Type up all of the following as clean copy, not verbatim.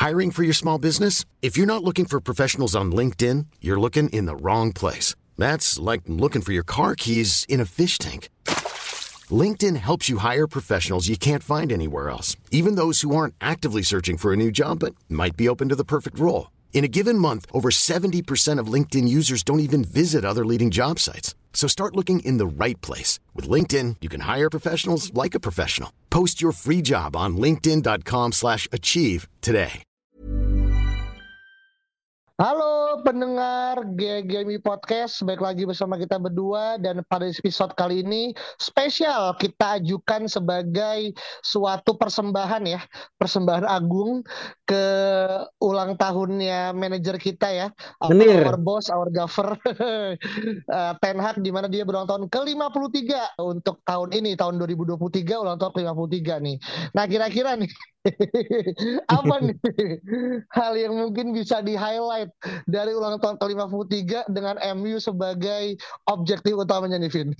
Hiring for your small business? If you're not looking for professionals on LinkedIn, you're looking in the wrong place. That's like looking for your car keys in a fish tank. LinkedIn helps you hire professionals you can't find anywhere else, even those who aren't actively searching for a new job but might be open to the perfect role. In a given month, over 70% of LinkedIn users don't even visit other leading job sites. So start looking in the right place. With LinkedIn, you can hire professionals like a professional. Post your free job on linkedin.com/achieve today. Halo pendengar GGMI Podcast, baik lagi bersama kita berdua. Dan pada episode kali ini spesial kita ajukan sebagai suatu persembahan ya, persembahan agung ke ulang tahunnya manajer kita ya, our boss, our gaffer Ten Hag, di mana dia berulang tahun ke-53 untuk tahun ini, tahun 2023, ulang tahun ke-53 nih. Nah kira-kira nih apa nih hal yang mungkin bisa di-highlight dari ulang tahun ke-53 dengan MU sebagai objektif utamanya nih, Vin?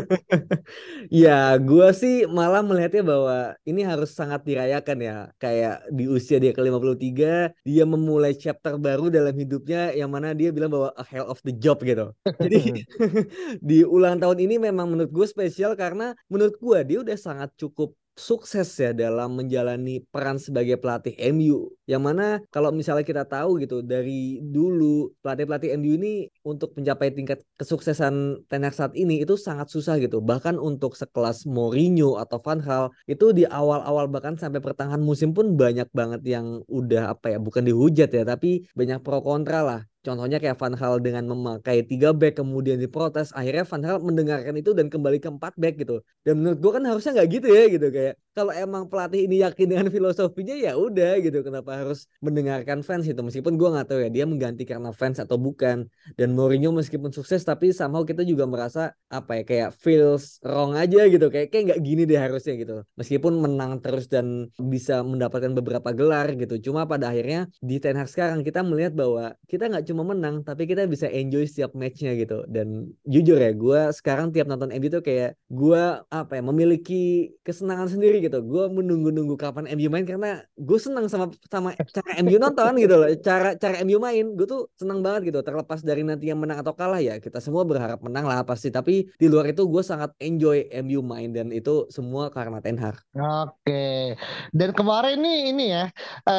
Ya, gue sih malah melihatnya bahwa ini harus sangat dirayakan ya. Kayak di usia dia ke-53, dia memulai chapter baru dalam hidupnya yang mana dia bilang bahwa a hell of the job gitu. Jadi di ulang tahun ini memang menurut gue spesial karena menurut gue dia udah sangat cukup sukses ya dalam menjalani peran sebagai pelatih MU. Yang mana kalau misalnya kita tahu gitu dari dulu pelatih-pelatih MU ini untuk mencapai tingkat kesuksesan Ten Hag saat ini itu sangat susah gitu. Bahkan untuk sekelas Mourinho atau Van Gaal itu di awal-awal bahkan sampai pertengahan musim pun banyak banget yang udah bukan dihujat ya, tapi banyak pro kontra lah. Contohnya kayak Van Gaal dengan memakai 3 back kemudian diprotes. Akhirnya Van Gaal mendengarkan itu dan kembali ke 4 back gitu. Dan menurut gue kan harusnya gak gitu ya gitu. Kayak kalau emang pelatih ini yakin dengan filosofinya ya udah gitu. Kenapa harus mendengarkan fans itu. Meskipun gue gak tahu ya dia mengganti karena fans atau bukan. Dan Mourinho meskipun sukses tapi somehow kita juga merasa kayak feels wrong aja gitu. Kayak gak gini deh harusnya gitu. Meskipun menang terus dan bisa mendapatkan beberapa gelar gitu. Cuma pada akhirnya di Ten Hag sekarang kita melihat bahwa kita gak cuma menang tapi kita bisa enjoy setiap matchnya gitu. Dan jujur ya gue sekarang tiap nonton MU tuh kayak gue memiliki kesenangan sendiri gitu. Gue menunggu-nunggu kapan MU main karena gue senang sama cara MU nonton gitu loh. Cara MU main gue tuh senang banget gitu. Terlepas dari nanti yang menang atau kalah ya kita semua berharap menang lah pasti. Tapi di luar itu gue sangat enjoy MU main dan itu semua karena Ten Hag. Oke. Dan kemarin ini ya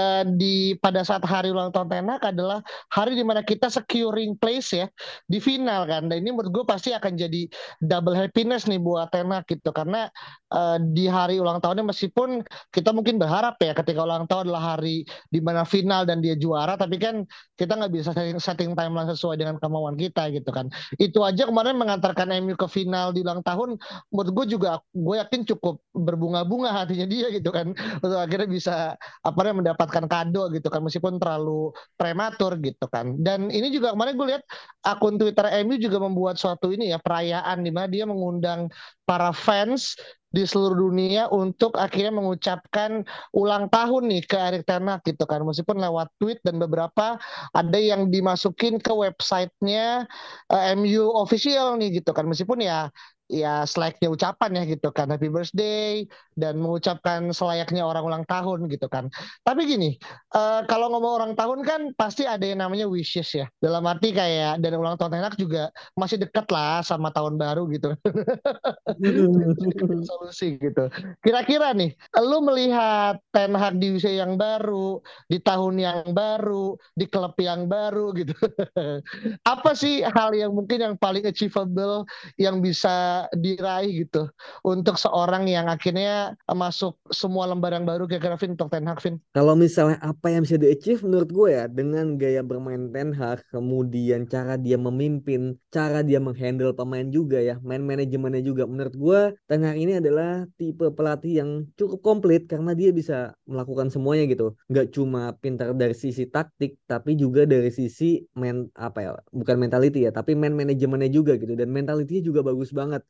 pada saat hari ulang tahun Ten Hag adalah hari dimana kita securing place ya di final kan. Dan ini menurut gue pasti akan jadi double happiness nih buat Ten Hag gitu, karena di hari ulang tahunnya meskipun kita mungkin berharap ya ketika ulang tahun adalah hari dimana final dan dia juara, tapi kan kita nggak bisa setting timeline sesuai dengan kemauan kita gitu kan. Itu aja kemarin mengantarkan MU ke final di ulang tahun, menurut gue juga gue yakin cukup berbunga-bunga hatinya dia gitu kan, untuk akhirnya bisa mendapatkan kado gitu kan, meskipun terlalu prematur gitu kan. Dan ini juga kemarin gue lihat akun Twitter MU juga membuat suatu ini ya, perayaan di mana dia mengundang para fans di seluruh dunia untuk akhirnya mengucapkan ulang tahun nih ke Erik ten Hag gitu kan, meskipun lewat tweet dan beberapa ada yang dimasukin ke websitenya MU official nih gitu kan, meskipun ya selayaknya ucapan ya gitu kan, happy birthday dan mengucapkan selayaknya orang ulang tahun gitu kan. Tapi gini, kalau ngomong orang tahun kan pasti ada yang namanya wishes ya, dalam arti kayak, dan ulang tahun Ten Hag juga masih dekat lah sama tahun baru gitu. Solusi gitu. Kira-kira nih, lu melihat Ten Hag di usia yang baru, di tahun yang baru, di klub yang baru gitu. Apa sih hal yang mungkin yang paling achievable yang bisa diraih gitu untuk seorang yang akhirnya masuk semua lembaran baru kira-kira, Vin, untuk Ten Hag, Vin? Kalau misalnya apa yang bisa di-achieve menurut gue ya dengan gaya bermain Ten Hag, kemudian cara dia memimpin, cara dia menghandle pemain juga ya, main manajemennya juga. Menurut gue Ten Hag ini adalah tipe pelatih yang cukup komplit karena dia bisa melakukan semuanya gitu. Nggak cuma pintar dari sisi taktik tapi juga dari sisi bukan mentality ya, tapi main manajemennya juga gitu. Dan mentalitinya juga bagus banget.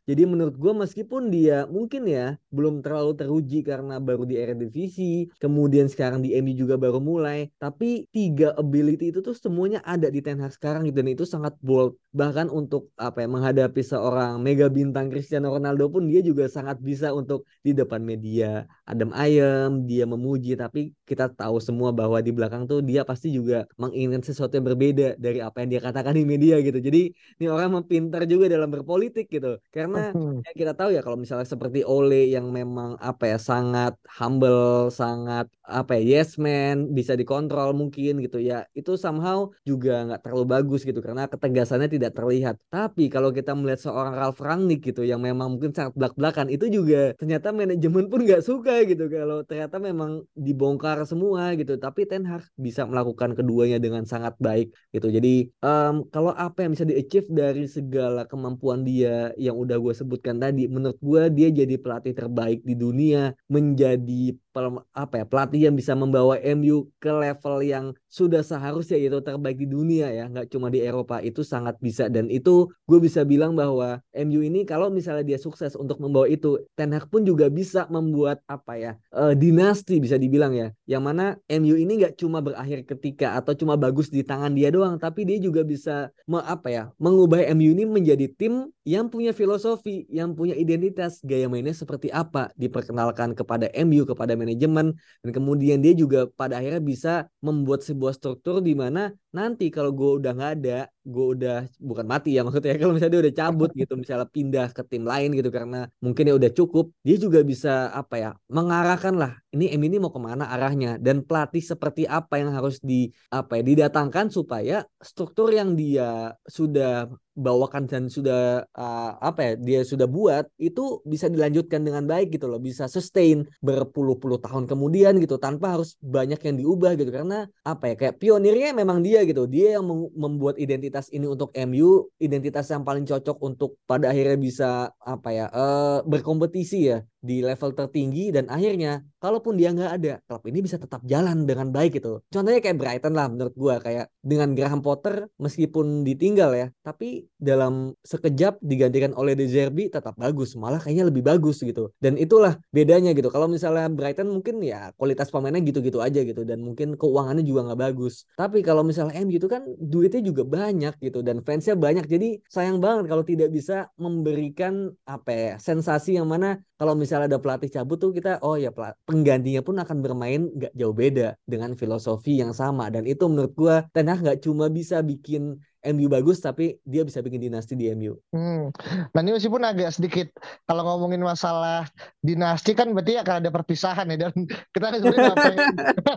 Jadi menurut gue meskipun dia mungkin ya belum terlalu teruji karena baru di Eredivisie, kemudian sekarang di MU juga baru mulai, tapi tiga ability itu tuh semuanya ada di Ten Hag sekarang gitu, dan itu sangat bold. Bahkan untuk apa ya, menghadapi seorang mega bintang Cristiano Ronaldo pun dia juga sangat bisa untuk di depan media adem ayem, dia memuji, tapi kita tahu semua bahwa di belakang tuh dia pasti juga menginginkan sesuatu yang berbeda dari apa yang dia katakan di media gitu. Jadi ini orang memang pintar juga dalam berpolitik gitu. Karena ya kita tahu ya kalau misalnya seperti Ole yang memang apa ya sangat humble, sangat apa ya yes man, bisa dikontrol mungkin gitu ya. Itu somehow juga nggak terlalu bagus gitu karena ketegasannya tidak terlihat. Tapi kalau kita melihat seorang Ralf Rangnick gitu yang memang mungkin sangat belak-belakan, itu juga ternyata manajemen pun nggak suka gitu kalau ternyata memang dibongkar semua gitu. Tapi Ten Hag bisa melakukan keduanya dengan sangat baik gitu. Jadi kalau apa yang bisa di-achieve dari segala kemampuan dia yang udah gue sebutkan tadi, menurut gue dia jadi pelatih terbaik di dunia, menjadi apa ya pelatih yang bisa membawa MU ke level yang sudah seharusnya yaitu terbaik di dunia ya, nggak cuma di Eropa, itu sangat bisa. Dan itu gue bisa bilang bahwa MU ini kalau misalnya dia sukses untuk membawa itu, Ten Hag pun juga bisa membuat apa ya dinasti bisa dibilang ya, yang mana MU ini nggak cuma berakhir ketika atau cuma bagus di tangan dia doang, tapi dia juga bisa apa ya mengubah MU ini menjadi tim yang punya filosofi, yang punya identitas, gaya mainnya seperti apa diperkenalkan kepada MU, kepada manajemen, dan kemudian dia juga pada akhirnya bisa membuat sebuah struktur di mana nanti kalau gue udah nggak ada, gue udah bukan mati ya maksudnya, kalau misalnya dia udah cabut gitu, misalnya pindah ke tim lain gitu karena mungkin ya udah cukup, dia juga bisa apa ya mengarahkan lah ini MU ini mau kemana arahnya, dan pelatih seperti apa yang harus di apa ya didatangkan supaya struktur yang dia sudah bawakan dan sudah apa ya dia sudah buat itu bisa dilanjutkan dengan baik gitu loh, bisa sustain berpuluh-puluh tahun kemudian gitu tanpa harus banyak yang diubah gitu. Karena apa ya kayak pionirnya memang dia gitu, dia yang membuat identitas ini untuk MU, identitas yang paling cocok untuk pada akhirnya bisa apa ya berkompetisi ya di level tertinggi, dan akhirnya kalaupun dia nggak ada, klub ini bisa tetap jalan dengan baik gitu. Contohnya kayak Brighton lah menurut gue, kayak dengan Graham Potter meskipun ditinggal ya, tapi dalam sekejap digantikan oleh De Zerbi tetap bagus, malah kayaknya lebih bagus gitu. Dan itulah bedanya gitu. Kalau misalnya Brighton mungkin ya kualitas pemainnya gitu-gitu aja gitu, dan mungkin keuangannya juga nggak bagus. Tapi kalau misalnya MU gitu kan duitnya juga banyak gitu, dan fansnya banyak. Jadi sayang banget kalau tidak bisa memberikan apa ya sensasi yang mana kalau misalnya ada pelatih cabut tuh kita oh ya penggantinya pun akan bermain nggak jauh beda dengan filosofi yang sama. Dan itu menurut gue Ten Hag nggak cuma bisa bikin MU bagus, tapi dia bisa bikin dinasti di MU. Nah ini meskipun agak sedikit kalau ngomongin masalah dinasti kan berarti akan ada perpisahan ya, dan kita kan sebenarnya nggak pengen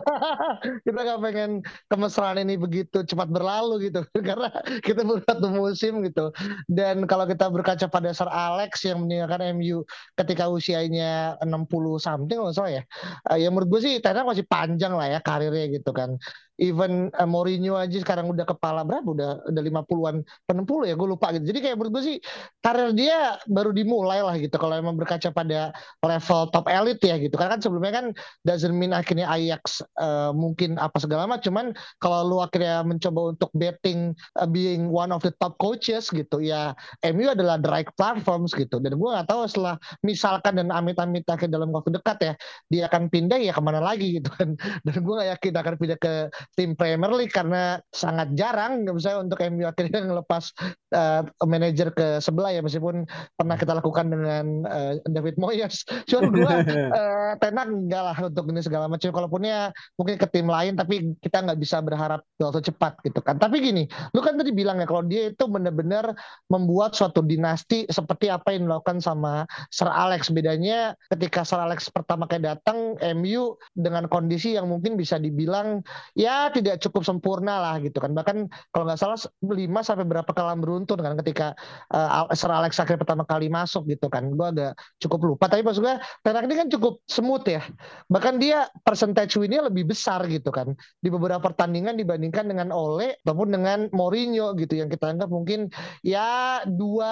kita nggak pengen kemesraan ini begitu cepat berlalu gitu karena kita baru satu musim gitu. Dan kalau kita berkaca pada Sir Alex yang meninggalkan MU ketika usianya 60 something loh ya, ya menurut gue sih Ten Hag masih panjang lah ya karirnya gitu kan. Even Mourinho aja sekarang udah kepala berapa, udah 50-an 60 ya gue lupa gitu. Jadi kayak menurut gue sih karir dia baru dimulai lah gitu kalau emang berkaca pada level top elite ya gitu. Karena kan sebelumnya kan doesn't mean akhirnya Ajax mungkin apa segala macam, cuman kalau lu akhirnya mencoba untuk betting being one of the top coaches gitu ya, MU adalah the right platforms gitu. Dan gue nggak tahu setelah misalkan dan amit-amit akhir dalam waktu dekat ya dia akan pindah ya kemana lagi gitu kan. Dan gue nggak yakin akan pindah ke tim Premier League karena sangat jarang misalnya untuk MU akhirnya ngelepas manajer ke sebelah ya, meskipun pernah kita lakukan dengan David Moyes. Cuman gue Ten Hag enggak lah untuk ini segala macam, kalaupunnya mungkin ke tim lain, tapi kita nggak bisa berharap waktu cepat gitu kan. Tapi gini, lu kan tadi bilang ya kalau dia itu benar-benar membuat suatu dinasti seperti apa yang dilakukan sama Sir Alex. Bedanya ketika Sir Alex pertama kali datang MU dengan kondisi yang mungkin bisa dibilang ya tidak cukup sempurna lah gitu kan. Bahkan kalau nggak salah 5 sampai berapa kali beruntun kan ketika Sir Alex akhirnya pertama kali masuk gitu kan. Gue agak cukup lupa, tapi maksud gue Ten Hag ini kan cukup smooth ya. Bahkan dia percentage winnya lebih besar gitu kan di beberapa pertandingan dibandingkan dengan Ole ataupun dengan Mourinho gitu, yang kita anggap mungkin ya dua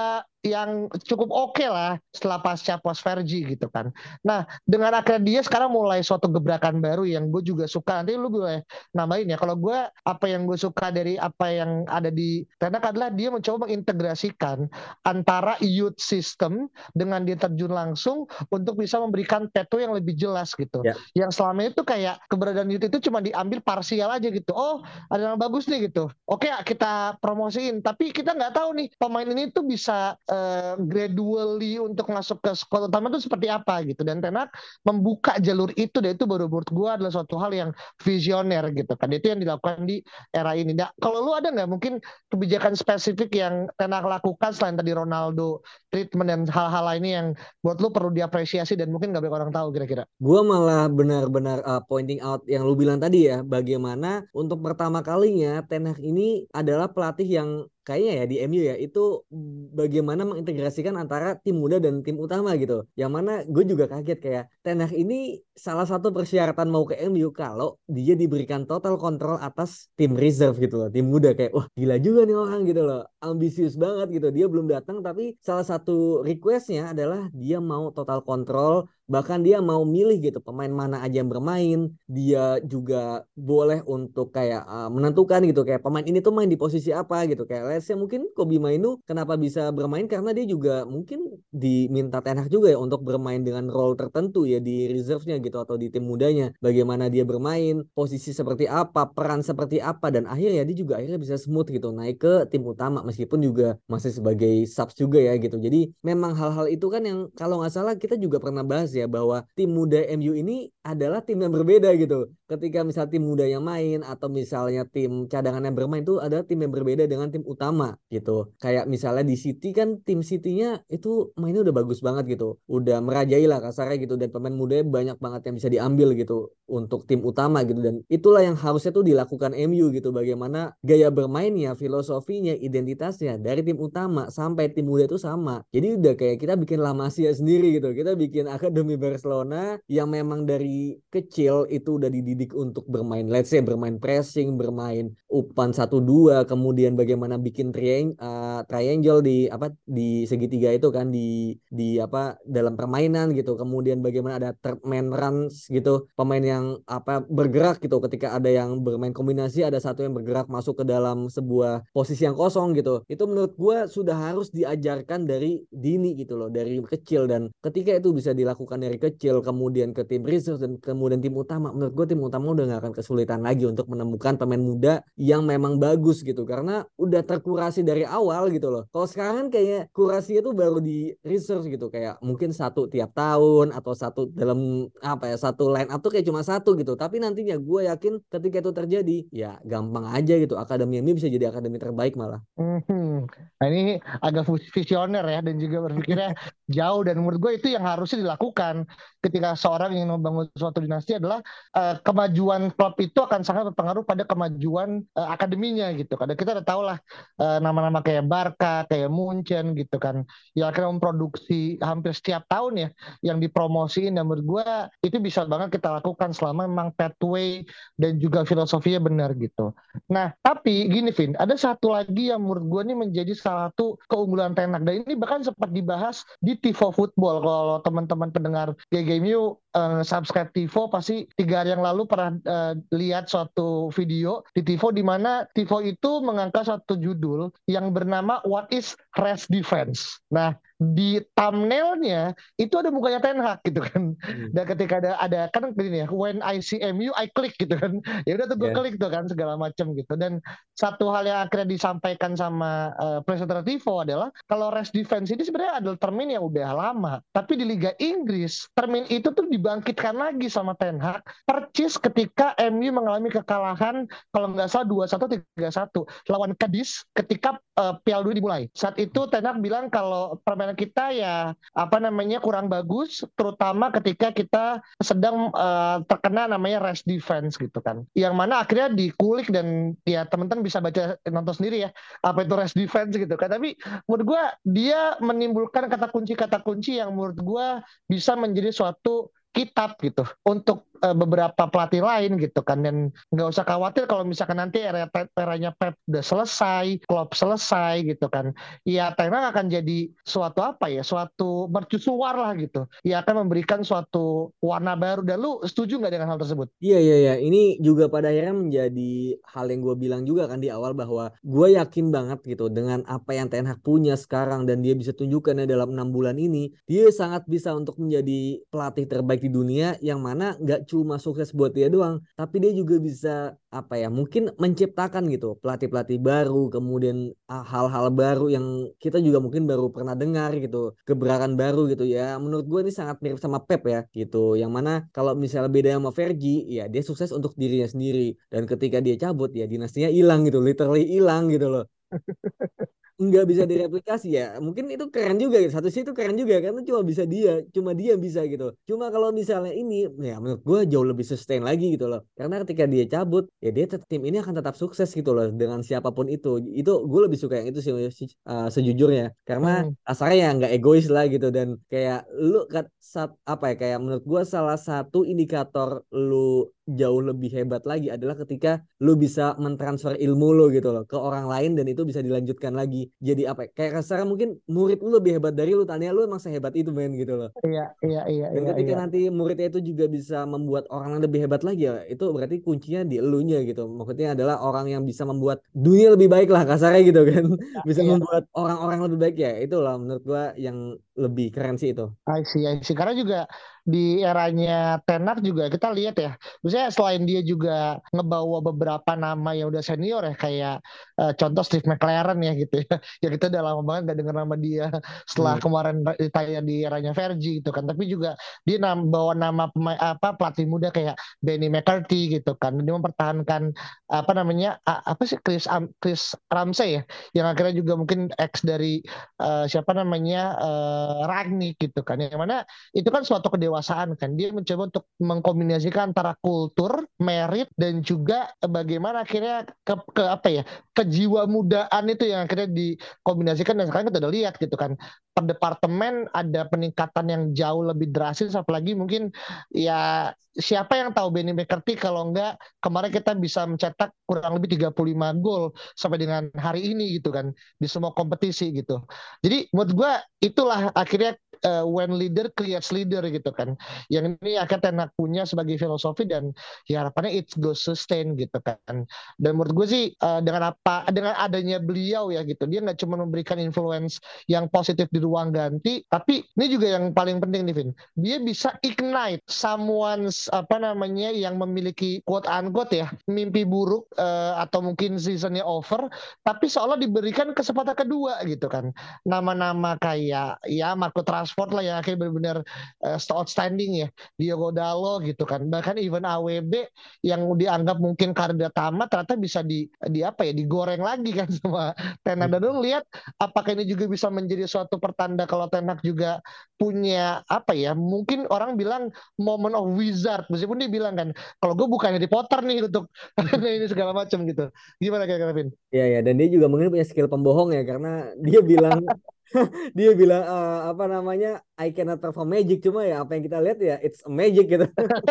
yang cukup oke lah setelah pasca post Fergie gitu kan. Nah, dengan akhirnya dia sekarang mulai suatu gebrakan baru yang gue juga suka. Nanti lu boleh nambahin ya. Kalau gue, apa yang gue suka dari apa yang ada di Tenak adalah dia mencoba mengintegrasikan antara youth system dengan dia terjun langsung untuk bisa memberikan pathway yang lebih jelas gitu. Ya. Yang selama itu kayak keberadaan youth itu cuma diambil parsial aja gitu. Oh, ada yang bagus nih gitu. Oke, kita promosiin. Tapi kita nggak tahu nih pemain ini tuh bisa gradually untuk masuk ke squad utama itu seperti apa gitu. Dan Tenak membuka jalur itu, dan itu baru menurut gue adalah suatu hal yang visioner gitu kan. Itu yang dilakukan di era ini. Nah, kalau lu ada nggak mungkin kebijakan spesifik yang Tenak lakukan selain tadi Ronaldo treatment dan hal-hal lainnya yang buat lu perlu diapresiasi dan mungkin nggak banyak orang tahu kira-kira? Gue malah benar-benar pointing out yang lu bilang tadi ya, bagaimana untuk pertama kalinya Ten Hag ini adalah pelatih yang kayaknya ya di MU ya itu bagaimana mengintegrasikan antara tim muda dan tim utama gitu. Yang mana gue juga kaget kayak Ten Hag ini salah satu persyaratan mau ke MU kalau dia diberikan total kontrol atas tim reserve gitu loh, tim muda. Kayak wah gila juga nih orang gitu loh, ambisius banget gitu. Dia belum datang tapi salah satu requestnya adalah dia mau total kontrol. Bahkan dia mau milih gitu pemain mana aja yang bermain. Dia juga boleh untuk kayak menentukan gitu kayak pemain ini tuh main di posisi apa gitu. Kayak let's say mungkin Kobbie Mainoo kenapa bisa bermain karena dia juga mungkin diminta Ten Hag juga ya untuk bermain dengan role tertentu ya di reserve-nya gitu atau di tim mudanya. Bagaimana dia bermain, posisi seperti apa, peran seperti apa, dan akhirnya dia juga akhirnya bisa smooth gitu naik ke tim utama meskipun juga masih sebagai subs juga ya gitu. Jadi memang hal-hal itu kan yang kalau nggak salah kita juga pernah bahas ya bahwa tim muda MU ini adalah tim yang berbeda gitu. Ketika misal tim muda yang main atau misalnya tim cadangan yang bermain itu adalah tim yang berbeda dengan tim utama gitu. Kayak misalnya di City kan tim City-nya itu mainnya udah bagus banget gitu. Udah merajai lah kasarnya gitu dan pemain mudanya banyak banget yang bisa diambil gitu untuk tim utama gitu dan itulah yang harusnya tuh dilakukan MU gitu. Bagaimana gaya bermainnya, filosofinya, identitasnya dari tim utama sampai tim muda itu sama. Jadi udah kayak kita bikin La Masia sendiri gitu. Kita bikin akademi Barcelona yang memang dari kecil itu udah dididik untuk bermain, let's say bermain pressing, bermain umpan 1-2, kemudian bagaimana bikin triangle di segitiga itu kan di apa dalam permainan gitu. Kemudian bagaimana ada third man runs gitu, pemain yang bergerak gitu ketika ada yang bermain kombinasi, ada satu yang bergerak masuk ke dalam sebuah posisi yang kosong gitu. Itu menurut gue sudah harus diajarkan dari dini gitu loh, dari kecil. Dan ketika itu bisa dilakukan dari kecil kemudian ke tim reserve dan kemudian tim utama, menurut gue tim utama udah gak akan kesulitan lagi untuk menemukan pemain muda yang memang bagus gitu karena udah terkurasi dari awal gitu loh. Kalau sekarang kan kayak kurasinya tuh baru di reserve gitu, kayak mungkin satu tiap tahun atau satu dalam satu line up tuh kayak cuma satu gitu. Tapi nantinya gue yakin ketika itu terjadi ya gampang aja gitu, akademi ini bisa jadi akademi terbaik malah. Nah ini agak visioner ya dan juga berpikirnya jauh, dan menurut gue itu yang harusnya dilakukan ketika seorang ingin membangun suatu dinasti adalah kemajuan klub itu akan sangat berpengaruh pada kemajuan akademinya gitu. Karena kita udah tahu lah nama-nama kayak Barca, kayak Munchen gitu kan, yang akhirnya memproduksi hampir setiap tahun ya yang dipromosiin, dan menurut gue itu bisa banget kita lakukan selama memang pathway dan juga filosofinya benar gitu. Nah tapi gini Vin, ada satu lagi yang menurut gue ini menjadi salah satu keunggulan Ten Hag, dan ini bahkan sempat dibahas di Tifo Football. Kalau teman-teman pendengar GGMU subscribe Tifo pasti 3 hari yang lalu pernah lihat suatu video di Tifo di mana Tifo itu mengangkat satu judul yang bernama What is Rest Defense. Nah di thumbnailnya itu ada mukanya Ten Hag gitu kan. Dan ketika ada kan begini ya, when I see MU I click gitu kan. Ya udah tuh gue klik tuh kan segala macam gitu. Dan satu hal yang akhirnya disampaikan sama presenter Tifo adalah kalau rest defense ini sebenarnya adalah termin yang udah lama, tapi di Liga Inggris termin itu tuh dibangkitkan lagi sama Ten Hag percis ketika MU mengalami kekalahan kalau nggak salah 2-1 3-1 lawan Cadiz ketika Piala Dunia dimulai. Saat itu Ten Hag bilang kalau permainan kita ya kurang bagus, terutama ketika kita sedang terkena namanya rest defense gitu kan. Yang mana akhirnya dikulik dan ya teman-teman bisa baca nonton sendiri ya apa itu rest defense gitu kan. Tapi menurut gue dia menimbulkan kata kunci yang menurut gue bisa menjadi suatu kitab gitu untuk beberapa pelatih lain gitu kan, dan nggak usah khawatir kalau misalkan nanti eranya Pep udah selesai, Klopp selesai gitu kan, ya Ten Hag akan jadi suatu apa ya, suatu mercusuar lah gitu, ya akan memberikan suatu warna baru. Dan lu setuju nggak dengan hal tersebut? Iya, iya, iya. Ini juga pada akhirnya menjadi hal yang gue bilang juga kan di awal bahwa gue yakin banget gitu dengan apa yang Ten Hag punya sekarang dan dia bisa tunjukkannya dalam 6 bulan ini, dia sangat bisa untuk menjadi pelatih terbaik di dunia yang mana nggak cuma sukses buat dia doang, tapi dia juga bisa apa ya mungkin menciptakan gitu pelatih-pelatih baru, kemudian hal-hal baru yang kita juga mungkin baru pernah dengar gitu, gebrakan baru gitu ya. Menurut gue ini sangat mirip sama Pep ya gitu, yang mana kalau misalnya beda sama Fergie ya dia sukses untuk dirinya sendiri dan ketika dia cabut ya dinastinya hilang gitu, literally hilang gitu loh, nggak bisa direplikasi ya. Mungkin itu keren juga gitu. Satu sih itu keren juga karena cuma dia yang bisa gitu. Cuma kalau misalnya ini ya menurut gue jauh lebih sustain lagi gitu loh. Karena ketika dia cabut ya tim ini akan tetap sukses gitu loh dengan siapapun itu. Itu gue lebih suka yang itu sih sejujurnya. Karena Hmm. asalnya ya nggak egois lah gitu dan kayak lu apa ya kayak menurut gue salah satu indikator lu jauh lebih hebat lagi adalah ketika lu bisa mentransfer ilmu lu gitu loh ke orang lain dan itu bisa dilanjutkan lagi. Jadi apa ya, kayak kasarnya mungkin murid lu lebih hebat dari lu, tanya lu emang sehebat itu men gitu loh. Iya, iya, iya, Dan iya, ketika iya. nanti muridnya itu juga bisa membuat orang yang lebih hebat lagi ya, itu berarti kuncinya di elunya gitu. Maksudnya adalah orang yang bisa membuat dunia lebih baik lah kasarnya gitu kan. Bisa Iya. membuat orang-orang lebih baik ya. Itulah menurut gua yang lebih keren sih itu. I see, I see. Karena juga di eranya Ten Hag juga kita lihat ya, misalnya selain dia juga ngebawa beberapa nama yang udah senior ya, kayak contoh Steve McLaren ya gitu ya, ya kita udah lama banget gak dengar nama dia setelah Hmm. kemarin ditanya di eranya Fergie gitu kan. Tapi juga dia bawa nama pemain apa pelatih muda kayak Benny McCarthy gitu kan. Dia mempertahankan apa namanya apa sih Chris Ramsey ya, yang akhirnya juga mungkin ex dari siapa namanya Ragnik gitu kan, yang mana itu kan suatu kedewasaan kan, dia mencoba untuk mengkombinasikan antara kultur, merit dan juga bagaimana akhirnya ke apa ya, kejiwa mudaan itu yang akhirnya dikombinasikan. Dan sekarang kita udah lihat gitu kan, per departemen ada peningkatan yang jauh lebih drastis. Apalagi mungkin ya siapa yang tahu Benny McCarthy kalau enggak kemarin kita bisa mencetak kurang lebih 35 gol sampai dengan hari ini gitu kan, di semua kompetisi gitu. Jadi menurut gue itulah akhirnya when leader creates leader gitu kan. Yang ini akan Ten Hag punya sebagai filosofi, dan ya harapannya it goes sustain gitu kan. Dan menurut gue sih dengan adanya beliau ya gitu, dia nggak cuma memberikan influence yang positif di ruang ganti, tapi ini juga yang paling penting nih Vin. Dia bisa ignite someone's apa namanya yang memiliki quote unquote ya mimpi buruk atau mungkin seasonnya over, tapi seolah diberikan kesempatan kedua gitu kan. Nama-nama kayak ya Marco Rashford lah yang akhirnya benar-benar outstanding ya, Diogo Dalo gitu kan, bahkan even AWB yang dianggap mungkin karena tamat ternyata bisa di apa ya digoreng lagi kan sama Ten Hag. Dan lu lihat apakah ini juga bisa menjadi suatu pertanda kalau Ten Hag juga punya apa ya, mungkin orang bilang moment of wizard, meskipun dia bilang kan kalau gue bukan Harry Potter nih untuk ini segala macam gitu. Gimana kira-kira Vin? Ya, ya, dan dia juga mungkin punya skill pembohong ya karena dia bilang dia bilang apa namanya I cannot perform magic, cuma ya apa yang kita lihat ya it's a magic gitu.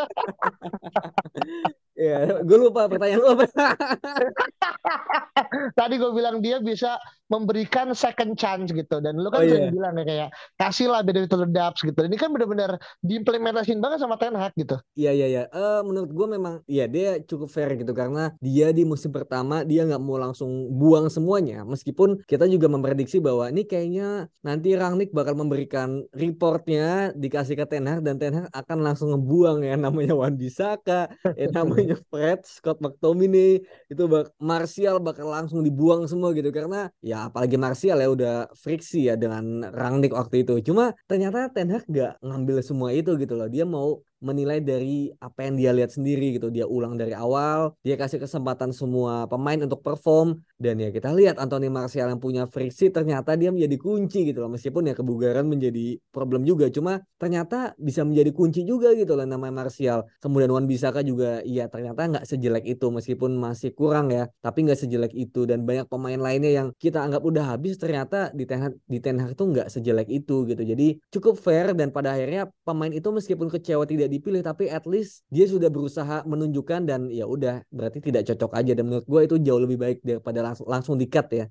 Ya, gue lupa pertanyaan lu apa. Tadi gue bilang dia bisa memberikan second chance gitu, dan lu Oh kan sering iya. bilang ya kayak kasihlah beda itu ledaps gitu. Ini kan benar-benar diimplementasiin banget sama Ten Hag gitu. Iya, iya, iya. Menurut gue memang ya dia cukup fair gitu karena dia di musim pertama dia nggak mau langsung buang semuanya. Meskipun kita juga memprediksi bahwa ini kayaknya nanti Rangnick bakal memberikan reportnya dikasih ke Ten Hag dan Ten Hag akan langsung ngebuang ya namanya Wan Bissaka, namanya Fred, Scott McTominay, itu Martial bakal langsung dibuang semua gitu karena ya apalagi Martial ya udah friksi ya dengan Rangnick waktu itu. Cuma ternyata Ten Hag nggak ngambil semua itu gitu loh. Dia mau menilai dari apa yang dia lihat sendiri gitu. Dia ulang dari awal, dia kasih kesempatan semua pemain untuk perform dan ya kita lihat Anthony Martial yang punya friksi ternyata dia menjadi kunci gitu loh. Meskipun ya kebugaran menjadi problem juga, cuma ternyata bisa menjadi kunci juga gitu loh namanya Martial. Kemudian Wan Bissaka juga ya ternyata nggak sejelek itu meskipun masih kurang ya, tapi nggak sejelek itu dan banyak pemain lainnya yang kita anggap udah habis ternyata di Ten Hag tuh nggak sejelek itu gitu. Jadi cukup fair dan pada akhirnya pemain itu meskipun kecewa tidak dipilih, tapi at least dia sudah berusaha menunjukkan dan ya udah berarti tidak cocok aja, dan menurut gue itu jauh lebih baik daripada langsung di-cut ya.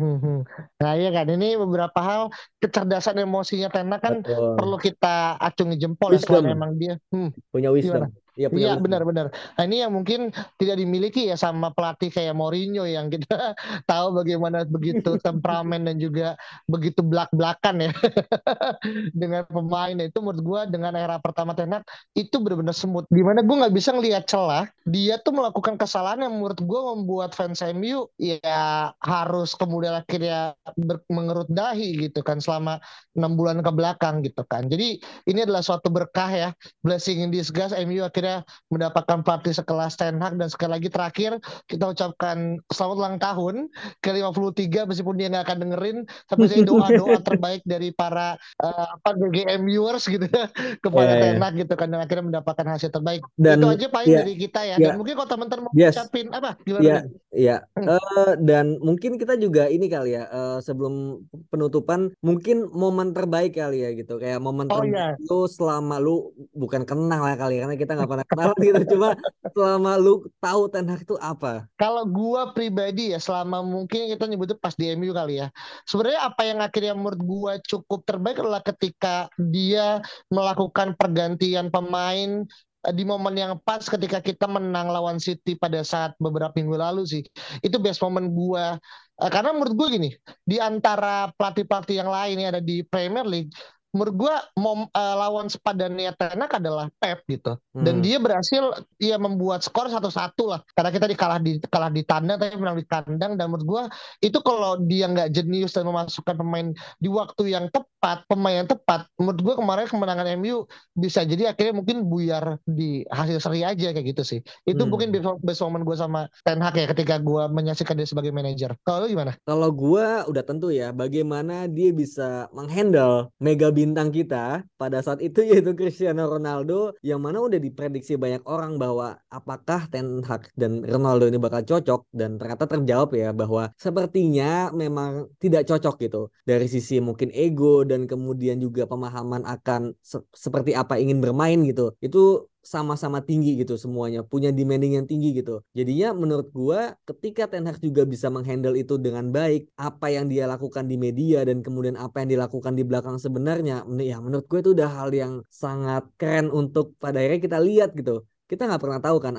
Nah iya kan, ini beberapa hal kecerdasan emosinya Ten Hag kan Betul. perlu kita acungi jempol ya, selain Wisdom, emang dia punya gimana? wisdom. Iya punya Iya wisdom. benar-benar. Nah ini yang mungkin tidak dimiliki ya sama pelatih kayak Mourinho yang kita tahu bagaimana begitu temperamen dan juga begitu belak-belakan ya dengan pemain. Nah, itu menurut gue dengan era pertama Ten Hag itu benar-benar semut. Dimana gue nggak bisa ngelihat celah dia tuh melakukan kesalahan yang menurut gue membuat fans MU ya harus kemudian akhirnya mengerut dahi gitu kan selama 6 bulan ke belakang gitu kan. Jadi ini adalah suatu berkah ya, blessing in disguise. MU akhirnya mendapatkan pelatih sekelas Ten Hag, dan sekali lagi terakhir kita ucapkan selamat ulang tahun ke 53 meskipun dia nggak akan dengerin, tapi saya doa-doa terbaik dari para GGM viewers gitu ya Iya, kepada iya. Ten Hag gitu kan, dan akhirnya mendapatkan hasil terbaik. Dan Itu aja paling ya, dari kita ya. ya, Dan mungkin kalau teman-teman mau yes. ucapin apa gimana Ya, nih? ya. Hmm. Dan mungkin kita juga ini kali ya, sebelum penutupan, mungkin momen terbaik kali ya gitu. Kayak momen Oh terbaik ya, lu selama lu bukan kenal ya kali ya, karena kita nggak pernah kenal gitu. Cuma selama lu tahu Ten Hag itu apa? kalau gua pribadi ya selama mungkin kita nyebutnya pas di MU kali ya. Sebenarnya apa yang akhirnya menurut gua cukup terbaik adalah ketika dia melakukan pergantian pemain di momen yang pas ketika kita menang lawan City pada saat beberapa minggu lalu sih. Itu best momen gua. Karena menurut gua gini, di antara pelatih-pelatih yang lain yang ada di Premier League, menurut gua lawan sepadannya Ten Hag adalah Pep gitu. Dan Hmm. dia berhasil ya membuat skor 1-1 lah. Karena kita kalah di tandang tapi menang di kandang, dan menurut gua itu kalau dia nggak jenius dan memasukkan pemain di waktu yang tepat, pemain yang tepat, menurut gua kemarin kemenangan MU bisa jadi akhirnya mungkin buyar di hasil seri aja kayak gitu sih. Itu mungkin Hmm. best moment gue sama Ten Hag ya ketika gue menyaksikan dia sebagai manajer. Kalau lu gimana? Kalau gua udah tentu ya bagaimana dia bisa menghandle mega bintang kita pada saat itu yaitu Cristiano Ronaldo, yang mana udah diprediksi banyak orang bahwa apakah Ten Hag dan Ronaldo ini bakal cocok, dan ternyata terjawab ya bahwa sepertinya memang tidak cocok gitu dari sisi mungkin ego dan kemudian juga pemahaman akan seperti apa ingin bermain gitu. Itu sama-sama tinggi gitu, semuanya punya demanding yang tinggi gitu. Jadinya menurut gua ketika Ten Hag juga bisa menghandle itu dengan baik, apa yang dia lakukan di media dan kemudian apa yang dilakukan di belakang sebenarnya, ya menurut gue itu udah hal yang sangat keren untuk pada akhirnya kita lihat gitu. Kita nggak pernah tahu kan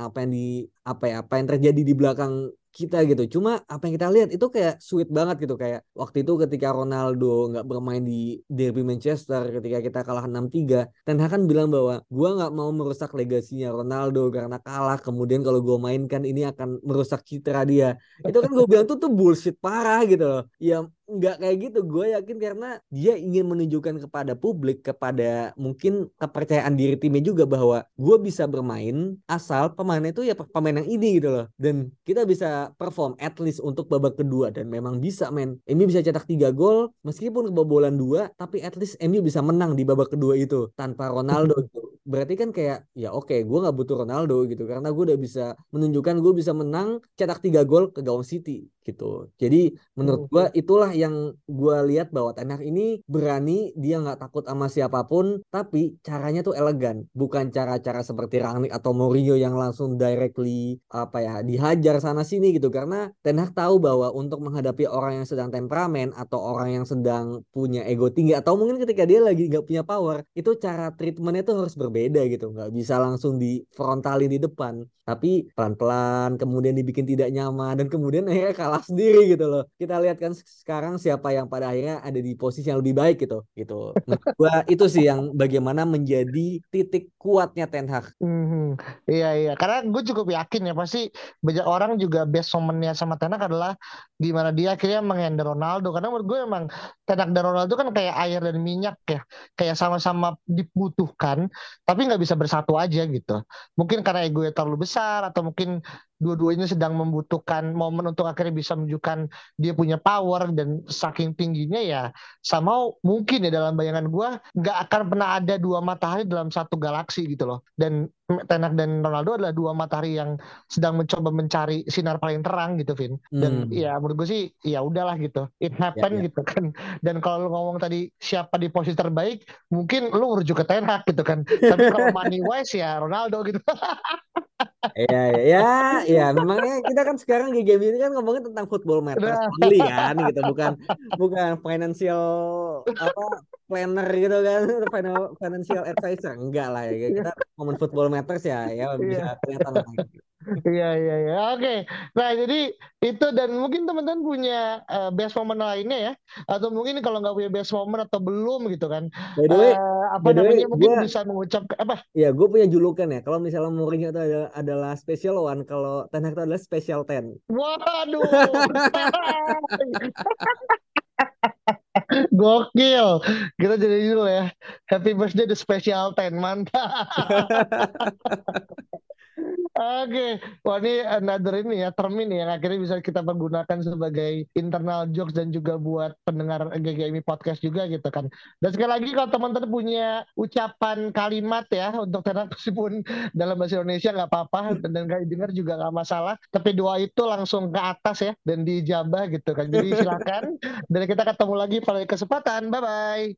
apa yang terjadi di belakang kita gitu. Cuma apa yang kita lihat itu kayak sweet banget gitu, kayak waktu itu ketika Ronaldo nggak bermain di Derby Manchester ketika kita kalah 6-3, Ten Hag kan bilang bahwa gua nggak mau merusak legasinya Ronaldo karena kalah, kemudian kalau gue mainkan ini akan merusak citra dia. Itu kan gue bilang tuh bullshit parah gitu loh. Ya nggak kayak gitu, gue yakin karena dia ingin menunjukkan kepada publik, kepada mungkin kepercayaan diri timnya juga, bahwa gue bisa bermain asal pemain itu ya pemain yang ini gitu loh, dan kita bisa perform at least untuk babak kedua, dan memang bisa men, MU bisa cetak 3 gol meskipun kebobolan 2, tapi at least MU bisa menang di babak kedua itu tanpa Ronaldo gitu. Berarti kan kayak ya oke, gue nggak butuh Ronaldo gitu karena gue udah bisa menunjukkan gue bisa menang cetak 3 gol ke gawang City gitu. Jadi menurut gue itulah yang gue lihat bahwa Ten Hag ini berani, dia nggak takut sama siapapun, tapi caranya tuh elegan, bukan cara-cara seperti Rangnick atau Mourinho yang langsung directly apa ya dihajar sana sini gitu. Karena Ten Hag tahu bahwa untuk menghadapi orang yang sedang temperamen atau orang yang sedang punya ego tinggi, atau mungkin ketika dia lagi nggak punya power, itu cara treatmentnya tuh harus berbeda gitu, nggak bisa langsung di frontalin di depan, tapi pelan-pelan kemudian dibikin tidak nyaman dan kemudian akhirnya kalah sendiri gitu loh. Kita lihat kan sekarang siapa yang pada akhirnya ada di posisi yang lebih baik gitu. Menurut gua itu sih yang bagaimana menjadi titik kuatnya Ten Hag. Iya iya, karena gue cukup yakin ya pasti banyak orang juga best momennya sama Ten Hag adalah gimana dia akhirnya menghandle Ronaldo. Karena menurut gue emang Ten Hag dan Ronaldo kan kayak air dan minyak ya, kayak sama-sama dibutuhkan, tapi nggak bisa bersatu aja gitu. Mungkin karena ego terlalu besar, atau mungkin dua-duanya sedang membutuhkan momen untuk akhirnya bisa menunjukkan dia punya power, dan saking tingginya ya sama mungkin ya dalam bayangan gue nggak akan pernah ada dua matahari dalam satu galaksi gitu loh. Dan Ten Hag dan Ronaldo adalah dua matahari yang sedang mencoba mencari sinar paling terang gitu, Vin. Dan ya menurut gue sih ya udahlah gitu, it happen gitu kan. Dan kalau lu ngomong tadi siapa di posisi terbaik, mungkin lu merujuk ke Ten Hag gitu kan. Tapi kalau money wise ya Ronaldo gitu. Ya, memangnya kita kan sekarang di game ini kan ngomongin tentang football matters only kan gitu, bukan financial planner gitu kan, financial advisor, enggak lah ya. Kita ngomongin football matters ya bisa kelihatan lah. Iya. Oke. Nah, jadi itu, dan mungkin teman-teman punya best moment lainnya ya, atau mungkin kalau nggak punya best moment atau belum gitu kan. By the way, mungkin bisa mengucap apa? Ya, gue punya julukan ya. Kalau misalnya Mourinho itu adalah special one, kalau Ten Hag itu adalah special 10. Waduh. Gokil. Kita jadi dulu ya. Happy birthday the special 10. Mantap. Oke, wah ini another ini ya, term ini yang akhirnya bisa kita pergunakan sebagai internal jokes dan juga buat pendengar GGMI podcast juga gitu kan. Dan sekali lagi kalau teman-teman punya ucapan kalimat ya untuk Ten Hag meskipun dalam bahasa Indonesia nggak apa-apa dan nggak didengar juga nggak masalah. Tapi doa itu langsung ke atas ya dan dijabah gitu kan. Jadi silakan. Dan kita ketemu lagi pada kesempatan. Bye bye.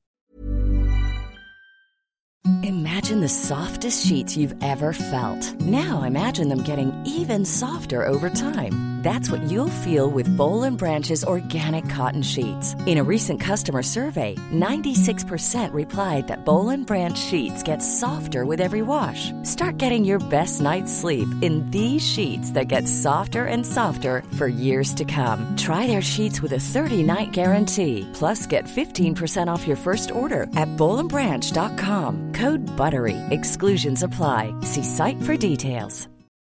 Imagine the softest sheets you've ever felt. Now imagine them getting even softer over time. That's what you'll feel with Boll & Branch's organic cotton sheets. In a recent customer survey, 96% replied that Boll & Branch sheets get softer with every wash. Start getting your best night's sleep in these sheets that get softer and softer for years to come. Try their sheets with a 30-night guarantee. Plus, get 15% off your first order at bollandbranch.com. Code BUTTERY. Exclusions apply. See site for details.